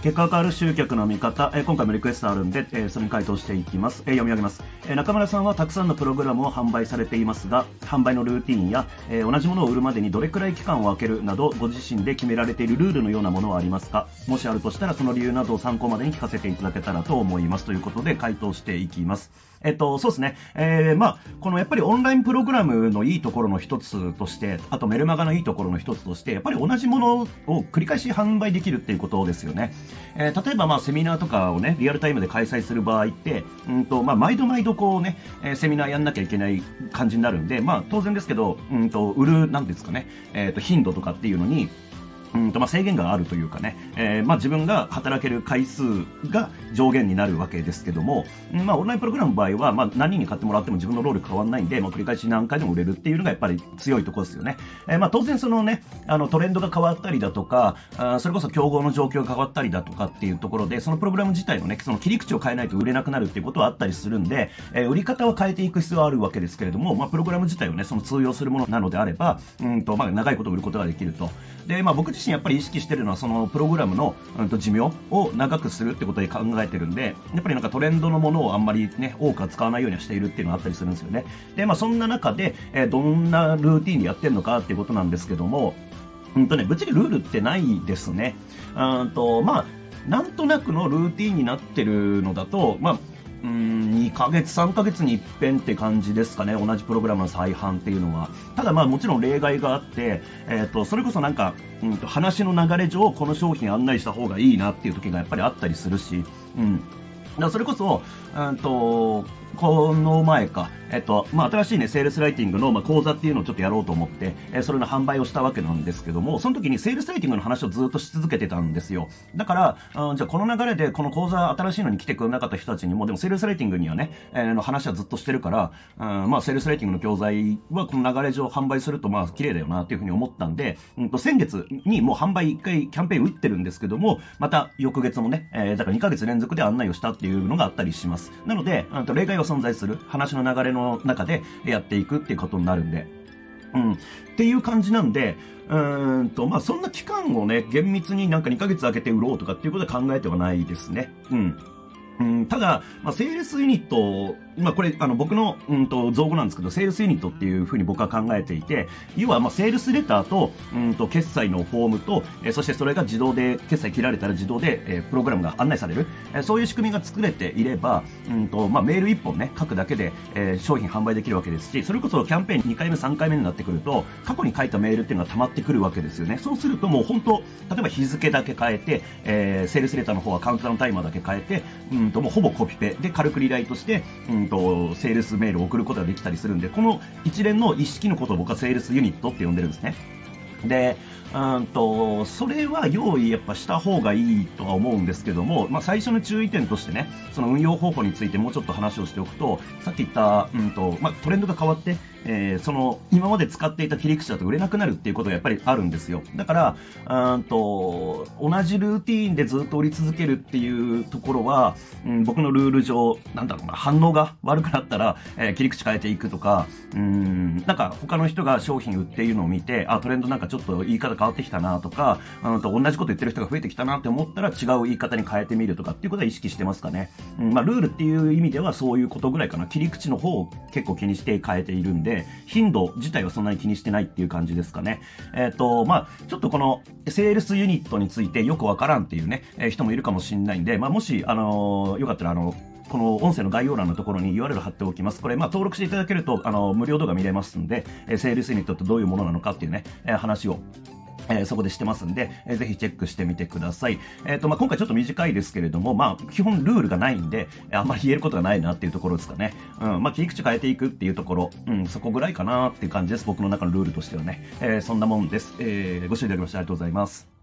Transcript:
結果が変わる集客の見方、今回もリクエストあるんで、それに回答していきます。読み上げます。中村さんはたくさんのプログラムを販売されていますが、販売のルーティンや、同じものを売るまでにどれくらい期間を空けるなど、ご自身で決められているルールのようなものはありますか？もしあるとしたら、その理由などを参考までに聞かせていただけたらと思います。ということで、回答していきます。そうですね。このやっぱりオンラインプログラムのいいところの一つとして、あとメルマガのいいところの一つとして、やっぱり同じものを繰り返し販売できるっていうことですよね。例えばセミナーとかをね、リアルタイムで開催する場合って、毎度こうね、セミナーやんなきゃいけない感じになるんで、当然ですけど、売る、なんですかね、頻度とかっていうのに、制限があるというかね、自分が働ける回数が上限になるわけですけども、オンラインプログラムの場合は、何人に買ってもらっても自分の労力変わらないんで、繰り返し何回でも売れるっていうのがやっぱり強いところですよね。当然そのね、トレンドが変わったりだとか、それこそ競合の状況が変わったりだとかっていうところで、そのプログラム自体のね、その切り口を変えないと売れなくなるっていうことはあったりするんで、売り方は変えていく必要はあるわけですけれども、プログラム自体をね、その通用するものなのであれば、長いこと売ることができると。で、僕自身やっぱり意識してるのはそのプログラムの、寿命を長くするってことで考えてるんで、やっぱりなんかトレンドのものをあんまりね、多くは使わないようにはしているっていうのがあったりするんですよね。で、そんな中で、どんなルーティンでやってるのかっていうことなんですけども、ぶっちゃけルールってないですね。なんとなくのルーティンになってるのだと、2ヶ月、3ヶ月に一遍って感じですかね。同じプログラムの再販っていうのは。ただもちろん例外があって、それこそなんか、話の流れ上、この商品案内した方がいいなっていう時がやっぱりあったりするし、だからそれこそ、この前か、新しいね、セールスライティングの、講座っていうのをちょっとやろうと思って、それの販売をしたわけなんですけども、その時にセールスライティングの話をずっとし続けてたんですよ。だから、じゃあこの流れでこの講座新しいのに来てくれなかった人たちにも、でもセールスライティングにはね、話はずっとしてるから、セールスライティングの教材はこの流れ上販売すると綺麗だよなっていうふうに思ったんで、先月にもう販売1回キャンペーン打ってるんですけども、また翌月もね、だから2ヶ月連続で案内をしたっていうのがあったりします。なので、例外は存在する。話の流れの中でやっていくっていうことになるんで。っていう感じなんで、そんな期間をね、厳密になんか2ヶ月空けて売ろうとかっていうことは考えてはないですね。ただ、セールスユニット、これ、僕の、造語なんですけど、セールスユニットっていうふうに僕は考えていて、要は、セールスレターと、決済のフォームと、そしてそれが自動で、決済切られたら自動で、プログラムが案内される、そういう仕組みが作れていれば、メール1本ね、書くだけで、商品販売できるわけですし、それこそキャンペーン2回目、3回目になってくると、過去に書いたメールっていうのが溜まってくるわけですよね。そうするともう本当、例えば日付だけ変えて、セールスレターの方はカウントダウンタイマーだけ変えて、もうほぼコピペで軽くリライトして、セールスメールを送ることができたりするんで、この一連の一式のことを僕はセールスユニットって呼んでるんですね。で、それは用意やっぱした方がいいとは思うんですけども、最初の注意点としてね、その運用方法についてもうちょっと話をしておくと、さっき言った、トレンドが変わって、その今まで使っていた切り口だと売れなくなるっていうことがやっぱりあるんですよ。だから同じルーティーンでずっと売り続けるっていうところは、僕のルール上反応が悪くなったら、切り口変えていくとか、なんか他の人が商品売っているのを見て、トレンドなんかちょっと言い方変わってきたなとか、同じこと言ってる人が増えてきたなって思ったら違う言い方に変えてみるとかっていうことは意識してますかね。ルールっていう意味ではそういうことぐらいかな。切り口の方を結構気にして変えているんで、頻度自体はそんなに気にしてないっていう感じですかね。ちょっとこのセールスユニットについてよくわからんっていうね、人もいるかもしれないんで、もしよかったらこの音声の概要欄のところに URL 貼っておきます。これ、登録していただけると、無料動画見れますんで、セールスユニットってどういうものなのかっていうね、話をそこでしてますんで、ぜひチェックしてみてください。今回ちょっと短いですけれども、基本ルールがないんで、あんまり言えることがないなっていうところですかね。切り口変えていくっていうところ、そこぐらいかなっていう感じです。僕の中のルールとしてはね。そんなもんです。ご視聴いただきましてありがとうございます。